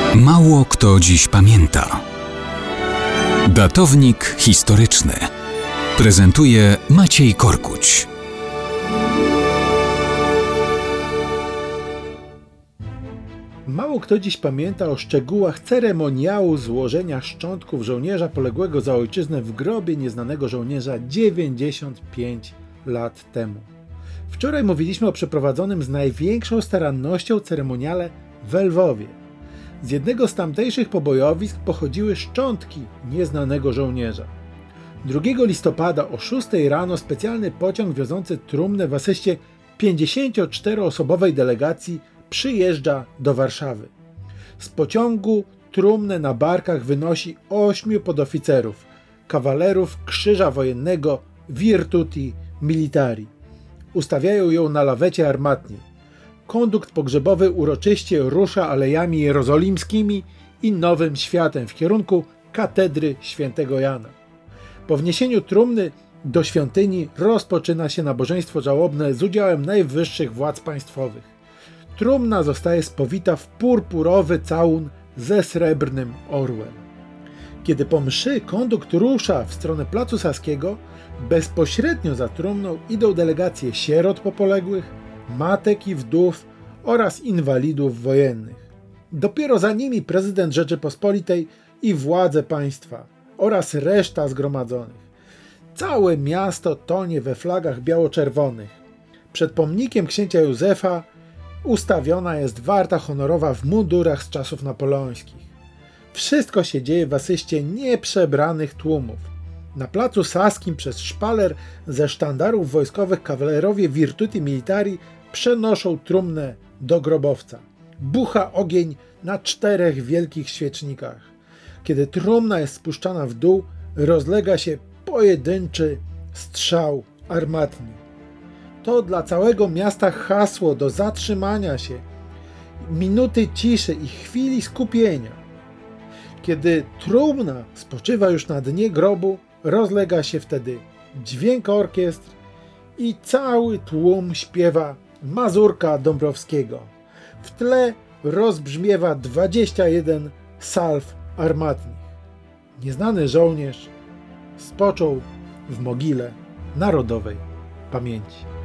Mało kto dziś pamięta. Datownik historyczny prezentuje Maciej Korkuć. Mało kto dziś pamięta o szczegółach ceremoniału złożenia szczątków żołnierza poległego za ojczyznę w grobie nieznanego żołnierza 95 lat temu. Wczoraj mówiliśmy o przeprowadzonym z największą starannością ceremoniale w Lwowie. Z jednego z tamtejszych pobojowisk pochodziły szczątki nieznanego żołnierza. 2 listopada o 6 rano specjalny pociąg wiozący trumnę w asyście 54-osobowej delegacji przyjeżdża do Warszawy. Z pociągu trumnę na barkach wynosi 8 podoficerów, kawalerów Krzyża Wojennego Virtuti Militari. Ustawiają ją na lawecie armatniej. Kondukt pogrzebowy uroczyście rusza alejami jerozolimskimi i Nowym Światem w kierunku katedry świętego Jana. Po wniesieniu trumny do świątyni rozpoczyna się nabożeństwo żałobne z udziałem najwyższych władz państwowych. Trumna zostaje spowita w purpurowy całun ze srebrnym orłem. Kiedy po mszy kondukt rusza w stronę Placu Saskiego, bezpośrednio za trumną idą delegacje sierot po poległych, matek i wdów oraz inwalidów wojennych. Dopiero za nimi prezydent Rzeczypospolitej i władze państwa oraz reszta zgromadzonych. Całe miasto tonie we flagach biało-czerwonych. Przed pomnikiem księcia Józefa ustawiona jest warta honorowa w mundurach z czasów napoleońskich. Wszystko się dzieje w asyście nieprzebranych tłumów. Na Placu Saskim przez szpaler ze sztandarów wojskowych kawalerowie Virtuti Militari przenoszą trumnę do grobowca. Bucha ogień na 4 wielkich świecznikach. Kiedy trumna jest spuszczana w dół, rozlega się pojedynczy strzał armatni. To dla całego miasta hasło do zatrzymania się, minuty ciszy i chwili skupienia. Kiedy trumna spoczywa już na dnie grobu, rozlega się wtedy dźwięk orkiestr i cały tłum śpiewa Mazurka Dąbrowskiego. W tle rozbrzmiewa 21 salw armatnich. Nieznany żołnierz spoczął w mogile narodowej pamięci.